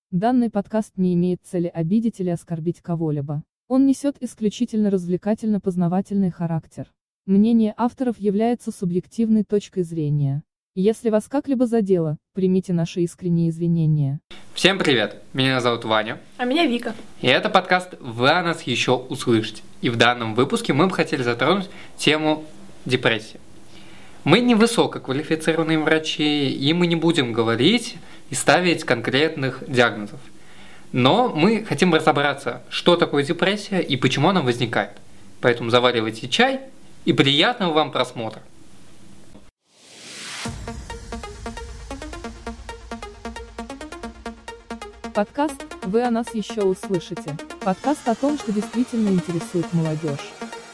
Данный подкаст не имеет цели обидеть или оскорбить кого-либо. Он несет исключительно развлекательно-познавательный характер. Мнение авторов является субъективной точкой зрения. Если вас как-либо задело, примите наши искренние извинения. Всем привет! Меня зовут Ваня. А меня Вика. И это подкаст «Вы о нас еще услышите». И в данном выпуске мы бы хотели затронуть тему депрессии. Мы не высококвалифицированные врачи, и мы не будем говорить и ставить конкретных диагнозов. Но мы хотим разобраться, что такое депрессия и почему она возникает. Поэтому заваривайте чай и приятного вам просмотра. Подкаст «Вы о нас еще услышите». Подкаст о том, что действительно интересует молодежь.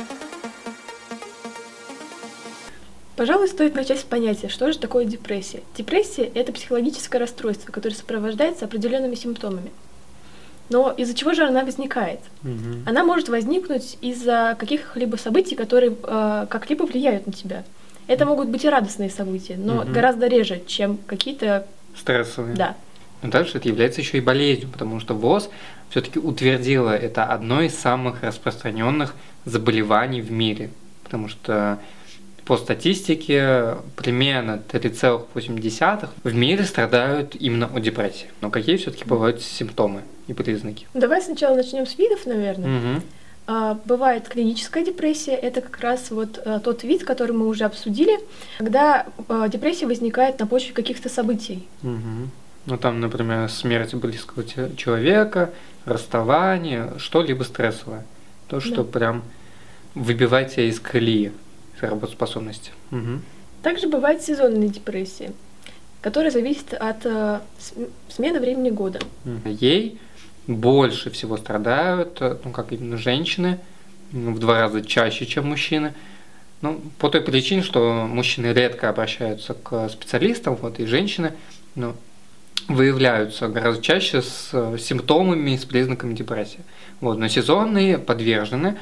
Пожалуй, стоит начать с понятия, что же такое депрессия. Депрессия – это психологическое расстройство, которое сопровождается определенными симптомами. Но из-за чего же она возникает? Она может возникнуть из-за каких-либо событий, которые как-либо влияют на тебя. Это могут быть и радостные события, но гораздо реже, чем какие-то… Стрессовые. Да. Но также это является еще и болезнью, потому что ВОЗ все-таки утвердила это одно из самых распространенных заболеваний в мире. Потому что по статистике примерно 3,8 в мире страдают именно от депрессии. Но какие все-таки бывают симптомы и признаки? Давай сначала начнем с видов, наверное. Бывает клиническая депрессия, это как раз вот тот вид, который мы уже обсудили, когда депрессия возникает на почве каких-то событий. Ну там, например, смерть близкого человека, расставание, что-либо стрессовое. То, что прям выбивает тебя из колеи работоспособности. Также бывает сезонная депрессия, которая зависит от смены времени года. Ей больше всего страдают, как именно женщины, в 2 раза чаще, чем мужчины. По той причине, что мужчины редко обращаются к специалистам, и женщины выявляются гораздо чаще с симптомами, с признаками депрессии. Но сезонные подвержены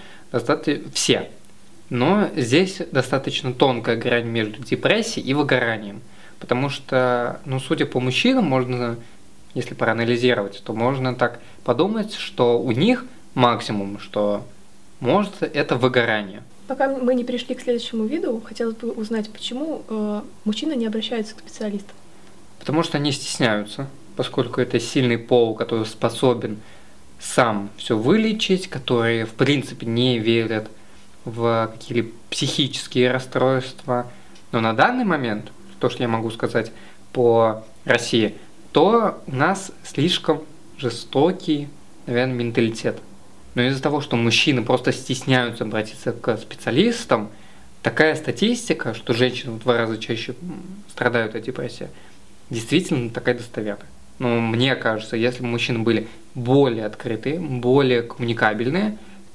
все. Но здесь достаточно тонкая грань между депрессией и выгоранием. Потому что, судя по мужчинам, можно, если проанализировать, то можно так подумать, что у них максимум, что может, это выгорание. Пока мы не перешли к следующему виду, хотелось бы узнать, почему мужчины не обращаются к специалистам. Потому что они стесняются, поскольку это сильный пол, который способен сам все вылечить, который в принципе не верят в какие-либо психические расстройства. Но на данный момент, то, что я могу сказать по России, то у нас слишком жестокий, наверное, менталитет. Но из-за того, что мужчины просто стесняются обратиться к специалистам, такая статистика, что женщины в 2 раза чаще страдают от депрессии, действительно такая достоверная. Но мне кажется, если бы мужчины были более открытые, более коммуникабельные,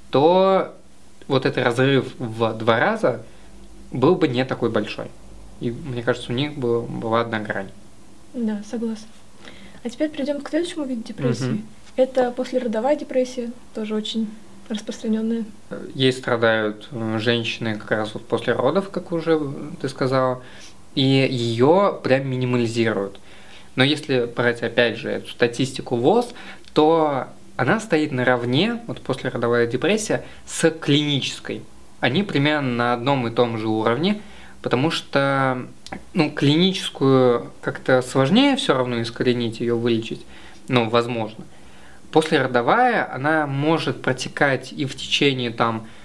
то вот этот разрыв в 2 раза был бы не такой большой. И мне кажется, у них была одна грань. Да, согласна. А теперь перейдем к следующему виду депрессии. Это послеродовая депрессия, тоже очень распространенная. Ей страдают женщины как раз после родов, как уже ты сказала, и ее прям минимализируют. Но если брать опять же эту статистику ВОЗ, то она стоит наравне, послеродовая депрессия, с клинической. Они примерно на одном и том же уровне, потому что клиническую как-то сложнее все равно искоренить, ее вылечить, возможно. Послеродовая, она может протекать и в течение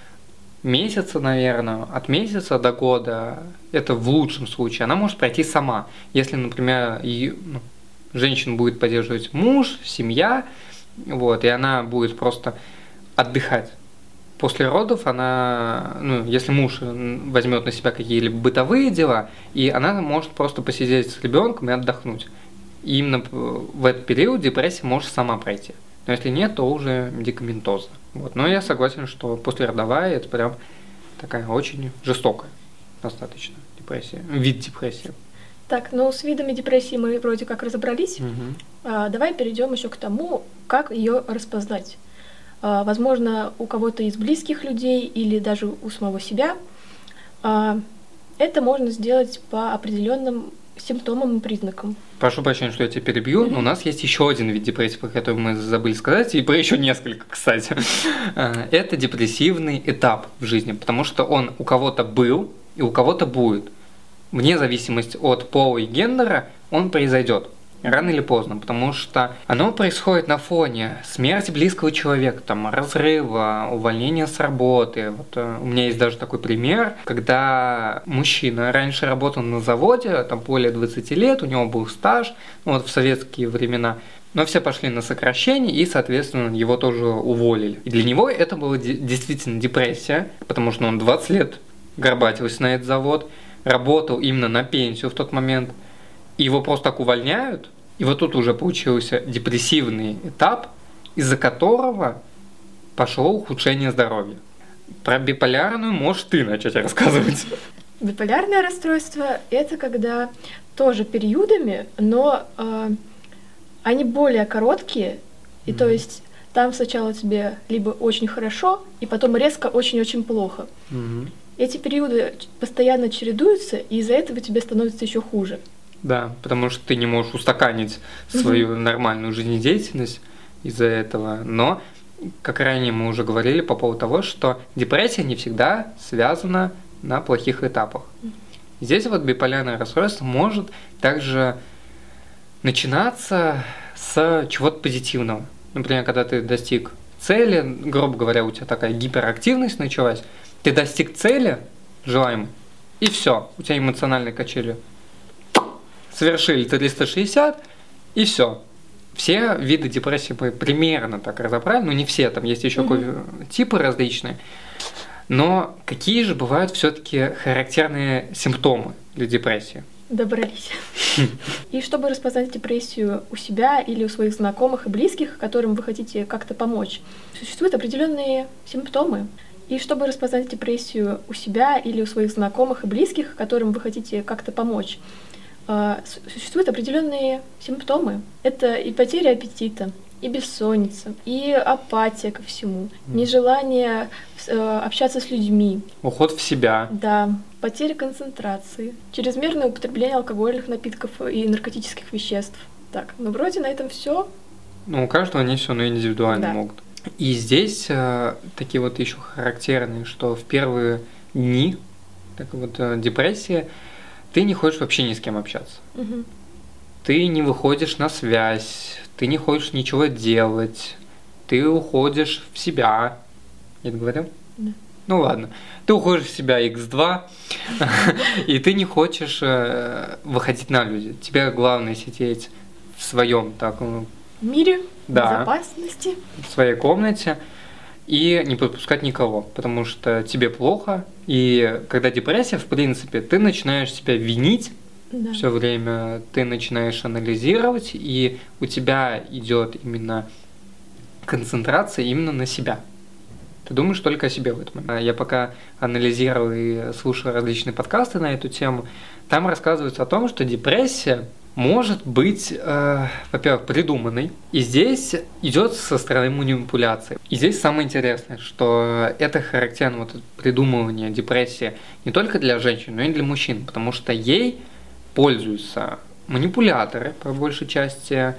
месяца, наверное, от месяца до года, это в лучшем случае, она может пройти сама. Если, например, женщину будет поддерживать муж, семья, и она будет просто отдыхать. После родов она, если муж возьмет на себя какие-либо бытовые дела, и она может просто посидеть с ребенком и отдохнуть. И именно в этот период депрессия может сама пройти. Но если нет, то уже медикаментозно. Но я согласен, что послеродовая это прям такая очень жестокая достаточно депрессия, вид депрессии. Так, с видами депрессии мы вроде как разобрались. Давай перейдем еще к тому, как ее распознать. Возможно, у кого-то из близких людей или даже у самого себя. Это можно сделать по определенным симптомам и признакам. Прошу прощения, что я тебя перебью, но у нас есть еще один вид депрессии, про который мы забыли сказать, и про еще несколько, кстати. Это депрессивный этап в жизни, потому что он у кого-то был и у кого-то будет. Вне зависимости от пола и гендера он произойдет. Рано или поздно, потому что оно происходит на фоне смерти близкого человека, там, разрыва, увольнения с работы. Вот, у меня есть даже такой пример, когда мужчина раньше работал на заводе, там более 20 лет, у него был стаж, вот в советские времена, но все пошли на сокращение, и, соответственно, его тоже уволили. И для него это была действительно депрессия, потому что он 20 лет горбатился на этот завод, работал именно на пенсию в тот момент, его просто так увольняют, и вот тут уже получился депрессивный этап, из-за которого пошло ухудшение здоровья. Про биполярную можешь ты начать рассказывать. Биполярное расстройство – это когда тоже периодами, но они более короткие, и то есть там сначала тебе либо очень хорошо, и потом резко очень-очень плохо. Эти периоды постоянно чередуются, и из-за этого тебе становится еще хуже. Да, потому что ты не можешь устаканить свою нормальную жизнедеятельность из-за этого. Но, как ранее мы уже говорили по поводу того, что депрессия не всегда связана на плохих этапах. Здесь вот биполярное расстройство может также начинаться с чего-то позитивного. Например, когда ты достиг цели, грубо говоря, у тебя такая гиперактивность началась, ты достиг цели желаемой, и все, у тебя эмоциональные качели совершили 360, и все. Все виды депрессии мы примерно так разобрали, но не все, там есть еще типы различные. Но какие же бывают все-таки характерные симптомы для депрессии? Добрались. И чтобы распознать депрессию у себя или у своих знакомых и близких, которым вы хотите как-то помочь, существуют определенные симптомы. И чтобы распознать депрессию у себя или у своих знакомых и близких, которым вы хотите как-то помочь, существуют определенные симптомы. Это и потеря аппетита, и бессонница, и апатия ко всему, нежелание общаться с людьми. Уход в себя. Да, потеря концентрации, чрезмерное употребление алкогольных напитков и наркотических веществ. Так, ну вроде на этом все. Ну, у каждого они все индивидуально Да. могут. И здесь такие вот еще характерные, что в первые дни такой вот депрессии ты не хочешь вообще ни с кем общаться. Ты не выходишь на связь, ты не хочешь ничего делать, ты уходишь в себя. Я это говорил? Да. Ну ладно. Ты уходишь в себя x2, и ты не хочешь выходить на люди. Тебе главное сидеть в своем таком В мире, Да. безопасности. в своей комнате и не подпускать никого, потому что тебе плохо. И когда депрессия, в принципе, ты начинаешь себя винить Да. все время, ты начинаешь анализировать, и у тебя идет именно концентрация именно на себя. Ты думаешь только о себе в этом момент. Я пока анализировал и слушал различные подкасты на эту тему, там рассказывается о том, что депрессия может быть, во-первых, придуманной, и здесь идет со стороны манипуляции. И здесь самое интересное, что это характерно, вот это придумывание депрессии не только для женщин, но и для мужчин, потому что ей пользуются манипуляторы, по большей части,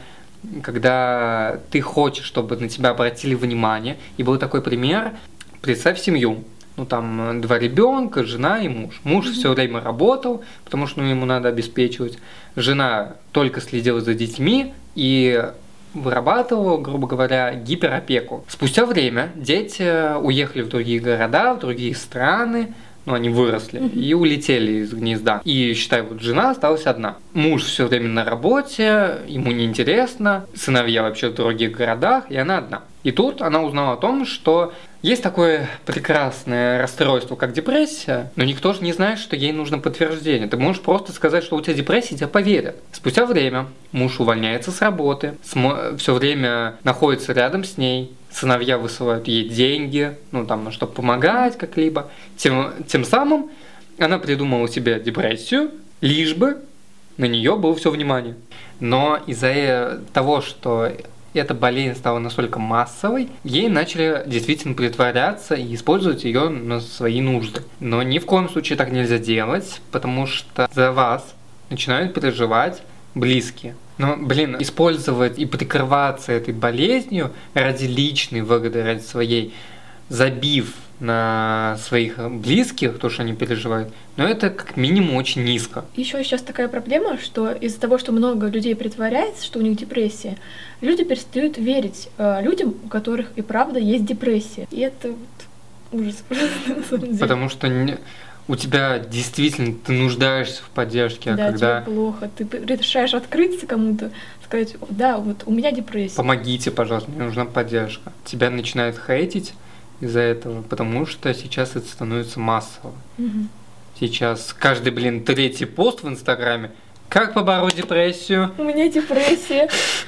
когда ты хочешь, чтобы на тебя обратили внимание. И был такой пример, представь семью. Ну, там 2 ребенка, жена и муж. Муж все время работал, потому что ему надо обеспечивать. Жена только следила за детьми и вырабатывала, грубо говоря, гиперопеку. Спустя время дети уехали в другие города, в другие страны, ну, они выросли и улетели из гнезда. И, считай, вот жена осталась одна. Муж все время на работе, ему неинтересно, сыновья вообще в других городах, и она одна. И тут она узнала о том, что есть такое прекрасное расстройство, как депрессия, но никто же не знает, что ей нужно подтверждение. Ты можешь просто сказать, что у тебя депрессия, и тебе поверят. Спустя время муж увольняется с работы, все время находится рядом с ней, сыновья высылают ей деньги, ну там, чтобы помогать как-либо. Тем самым она придумала себе депрессию, лишь бы на нее было все внимание. Но из-за того, что эта болезнь стала настолько массовой, ей начали действительно притворяться и использовать ее на свои нужды. Но ни в коем случае так нельзя делать, потому что за вас начинают переживать близкие. Но, использовать и прикрываться этой болезнью ради личной выгоды, ради своей, забив на своих близких, то, что они переживают, но это как минимум очень низко. Еще сейчас такая проблема, что из-за того, что много людей притворяется, что у них депрессия, люди перестают верить людям, у которых и правда есть депрессия. И это вот ужас. Потому что у тебя действительно ты нуждаешься в поддержке, да, а когда... тебе плохо, ты решаешь открыться кому-то, сказать, да, вот у меня депрессия. Помогите, пожалуйста, мне нужна поддержка. Тебя начинают хейтить из-за этого, потому что сейчас это становится массово. Сейчас каждый, третий пост в Инстаграме. Как побороть депрессию? У меня депрессия.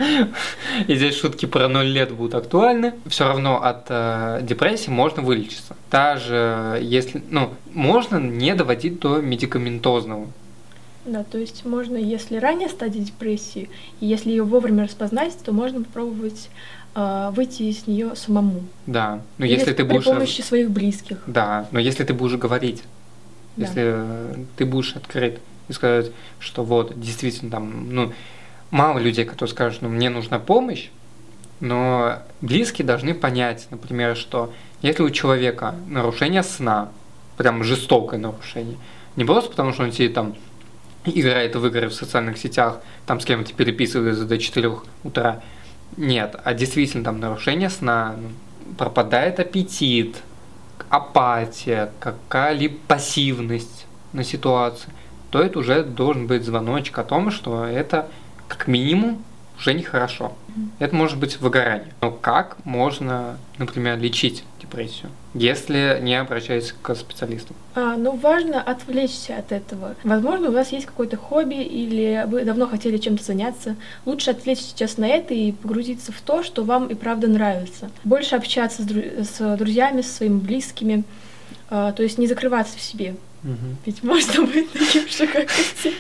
И здесь шутки про 0 лет будут актуальны. Все равно от депрессии можно вылечиться. Даже если, можно не доводить до медикаментозного. Да, то есть можно, если ранняя стадия депрессии, и если ее вовремя распознать, то можно попробовать выйти из нее самому. Да, но или если ты будешь... при помощи своих близких. Да, но если ты будешь говорить, да. Если ты будешь открыт и сказать, что вот, действительно, там, мало людей, которые скажут, мне нужна помощь, но близкие должны понять, например, что если у человека нарушение сна, прям жестокое нарушение, не просто потому, что он сидит там, играет в игры в социальных сетях, там с кем-то переписывается до 4 утра, нет, а действительно там нарушение сна, пропадает аппетит, апатия, какая-либо пассивность на ситуацию, то это уже должен быть звоночек о том, что это как минимум уже нехорошо. Это может быть выгорание. Но как можно, например, лечить депрессию, если не обращаясь к специалисту? Важно отвлечься от этого. Возможно, у вас есть какое-то хобби или вы давно хотели чем-то заняться. Лучше отвлечься сейчас на это и погрузиться в то, что вам и правда нравится. Больше общаться с друзьями, со своими близкими, то есть не закрываться в себе. Ведь можно быть таким же, как и все.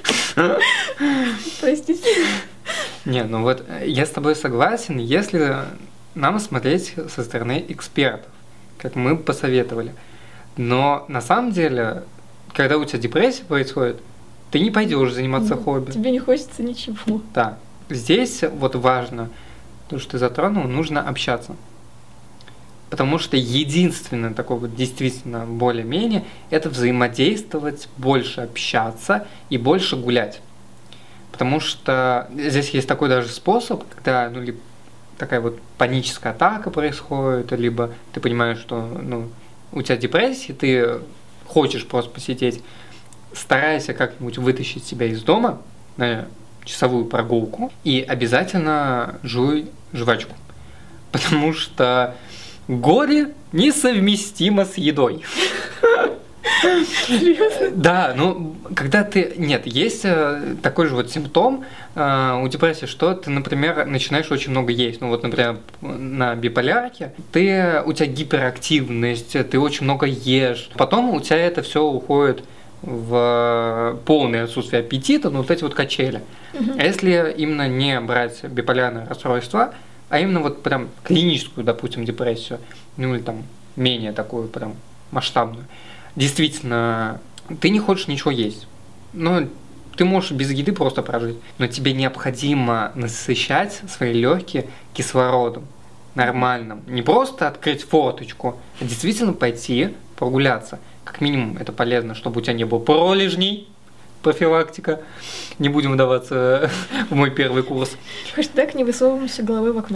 Простите. Не, я с тобой согласен, если нам смотреть со стороны экспертов, как мы посоветовали. Но на самом деле, когда у тебя депрессия происходит, ты не пойдешь заниматься хобби. Тебе не хочется ничего. Да. Здесь важно, то, что ты затронул, нужно общаться. Потому что единственное такое действительно более-менее, это взаимодействовать, больше общаться и больше гулять. Потому что здесь есть такой даже способ, когда такая паническая атака происходит, либо ты понимаешь, что у тебя депрессия, ты хочешь просто посидеть, старайся как-нибудь вытащить себя из дома на часовую прогулку и обязательно жуй жвачку. Потому что горе несовместимо с едой. Да, когда ты... Нет, есть такой же симптом у депрессии, что ты, например, начинаешь очень много есть. Например, на биполярке у тебя гиперактивность, ты очень много ешь. Потом у тебя это все уходит в полное отсутствие аппетита, эти качели. А если именно не брать биполярное расстройство, а именно прям клиническую, допустим, депрессию, или там менее такую прям масштабную, действительно, ты не хочешь ничего есть. Ты можешь без еды просто прожить, но тебе необходимо насыщать свои легкие кислородом нормальным. Не просто открыть форточку, а действительно пойти прогуляться. Как минимум это полезно, чтобы у тебя не было пролежней, профилактика. Не будем вдаваться в мой первый курс. Хэштег «Не высовываемся головой в окно».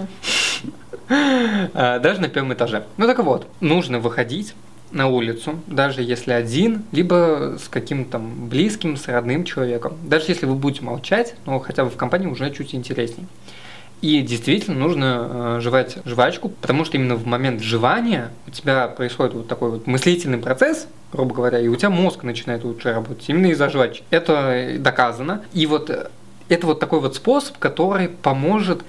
Даже на первом этаже. Нужно выходить на улицу, даже если один, либо с каким-то близким, с родным человеком. Даже если вы будете молчать, но хотя бы в компании уже чуть интереснее. И действительно нужно жевать жвачку, потому что именно в момент жевания у тебя происходит такой мыслительный процесс, грубо говоря, и у тебя мозг начинает лучше работать именно из-за жвачки. Это доказано. И это такой способ, который поможет,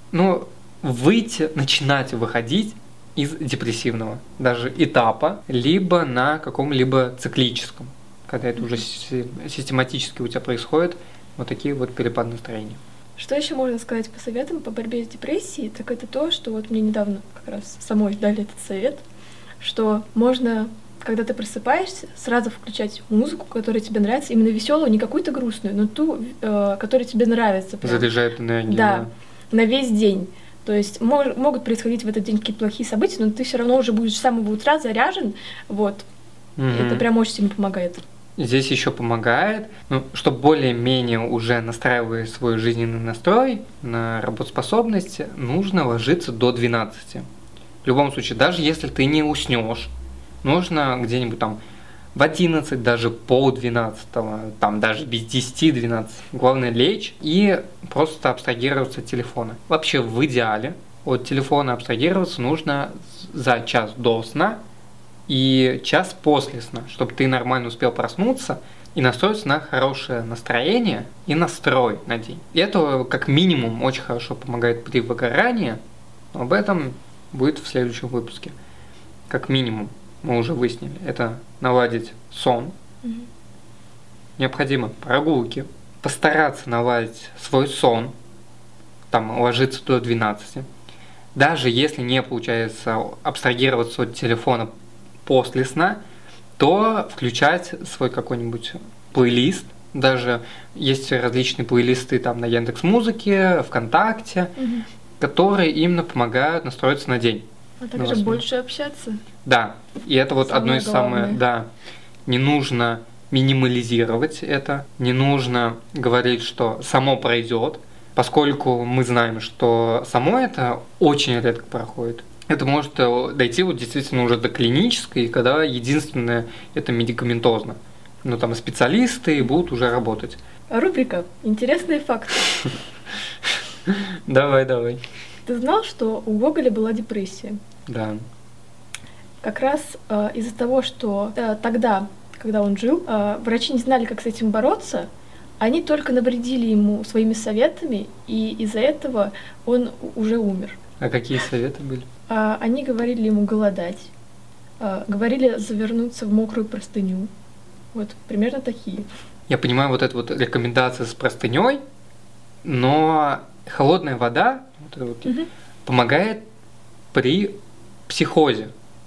начинать выходить из депрессивного даже этапа, либо на каком-либо циклическом, когда это уже систематически у тебя происходит такие перепады настроения. Что еще можно сказать по советам по борьбе с депрессией, так это то, что мне недавно как раз самой дали этот совет, что можно когда ты просыпаешься, сразу включать музыку, которая тебе нравится, именно веселую, не какую-то грустную, но ту, которая тебе нравится. Прям. Заряжает энергию. Да, на весь день. То есть могут происходить в этот день какие-то плохие события, но ты все равно уже будешь с самого утра заряжен. Вот. Это прям очень сильно помогает. Здесь еще помогает, чтобы более-менее уже настраивая свой жизненный настрой на работоспособность, нужно ложиться до 12. В любом случае, даже если ты не уснешь, нужно где-нибудь там в 11, даже пол-12, там даже без 10-12. Главное лечь и просто абстрагироваться от телефона. Вообще в идеале от телефона абстрагироваться нужно за час до сна и час после сна, чтобы ты нормально успел проснуться и настроиться на хорошее настроение и настрой на день. И это как минимум очень хорошо помогает при выгорании, но об этом будет в следующем выпуске. Как минимум, мы уже выяснили, это наладить сон. Необходимо прогулки, постараться наладить свой сон, там ложиться до 12. Даже если не получается абстрагироваться от телефона после сна, то включать свой какой-нибудь плейлист. Даже есть различные плейлисты там на Яндекс.Музыке, ВКонтакте, которые именно помогают настроиться на день. А также больше общаться. Да, и это вот одно из самых, да, не нужно минимализировать это, не нужно говорить, что само пройдет, поскольку мы знаем, что само это очень редко проходит. Это может дойти вот действительно уже до клинической, когда единственное это медикаментозно. Но там специалисты будут уже работать. Рубрика «Интересные факты». Давай. Ты знал, что у Гоголя была депрессия? Да. Как раз из-за того, что тогда, когда он жил, врачи не знали, как с этим бороться, они только навредили ему своими советами, и из-за этого он уже умер. А какие советы были? Они говорили ему голодать, говорили завернуться в мокрую простыню. Вот, примерно такие. Я понимаю вот эту вот рекомендацию с простыней, но холодная вода помогает при психозе.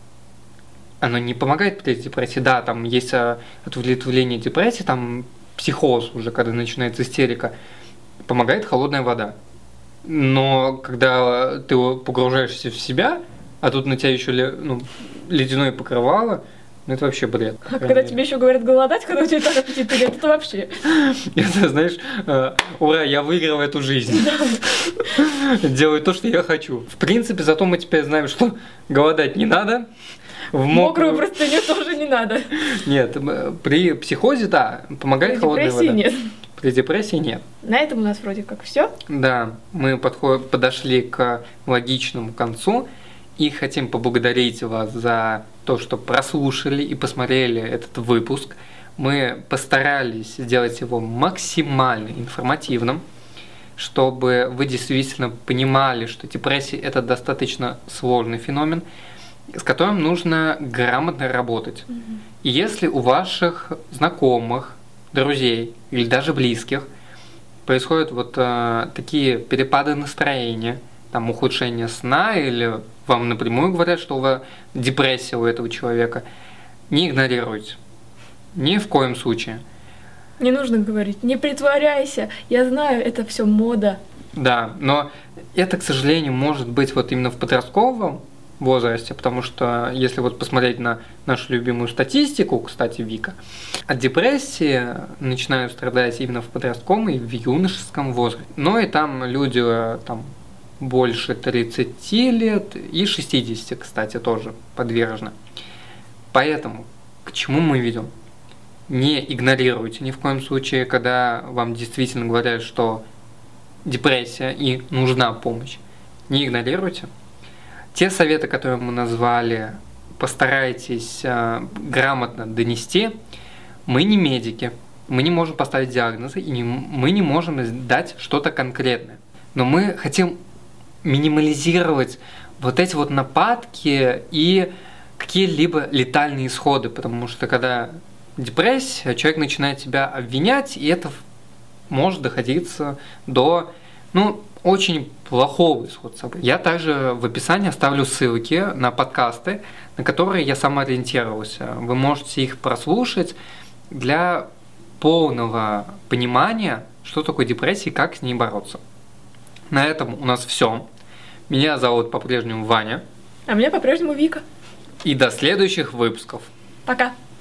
Она не помогает при депрессии. Да, там есть отвлечение депрессии, там психоз уже, когда начинается истерика. Помогает холодная вода. Но когда ты погружаешься в себя, а тут на тебя еще ледяное покрывало, это вообще бред. А когда тебе еще говорят голодать, когда у тебя так аппетит идет, это вообще. Это, знаешь, ура, я выиграл эту жизнь. Делаю то, что я хочу. В принципе, зато мы теперь знаем, что голодать не надо. В мокрую простыню тоже не надо. Нет, при психозе, да, помогает холодная вода. При депрессии нет. При депрессии нет. На этом у нас вроде как все. Да, мы подошли к логичному концу и хотим поблагодарить вас за то, что прослушали и посмотрели этот выпуск. Мы постарались сделать его максимально информативным, чтобы вы действительно понимали, что депрессия – это достаточно сложный феномен, с которым нужно грамотно работать. И если у ваших знакомых, друзей или даже близких происходят вот такие перепады настроения, там ухудшение сна, или вам напрямую говорят, что у вас депрессия у этого человека, не игнорируйте. Ни в коем случае. Не нужно говорить, не притворяйся, я знаю, это все мода. Да, но это, к сожалению, может быть вот именно в подростковом возрасте, потому что если вот посмотреть на нашу любимую статистику, кстати, Вика, от депрессии начинают страдать именно в подростковом и в юношеском возрасте. Но и там люди там больше 30 лет и 60, кстати, тоже подвержены. Поэтому к чему мы ведем? Не игнорируйте ни в коем случае, когда вам действительно говорят, что депрессия и нужна помощь. Не игнорируйте. Те советы, которые мы назвали, постарайтесь грамотно донести. Мы не медики, мы не можем поставить диагнозы, и мы не можем дать что-то конкретное. Но мы хотим минимализировать вот эти вот нападки и какие-либо летальные исходы, потому что когда депрессия, человек начинает тебя обвинять, и это может доходиться до очень плохого исхода событий. Я также в описании оставлю ссылки на подкасты, на которые я самоориентировался. Вы можете их прослушать для полного понимания, что такое депрессия и как с ней бороться. На этом у нас все. Меня зовут по-прежнему Ваня. А меня по-прежнему Вика. И до следующих выпусков. Пока.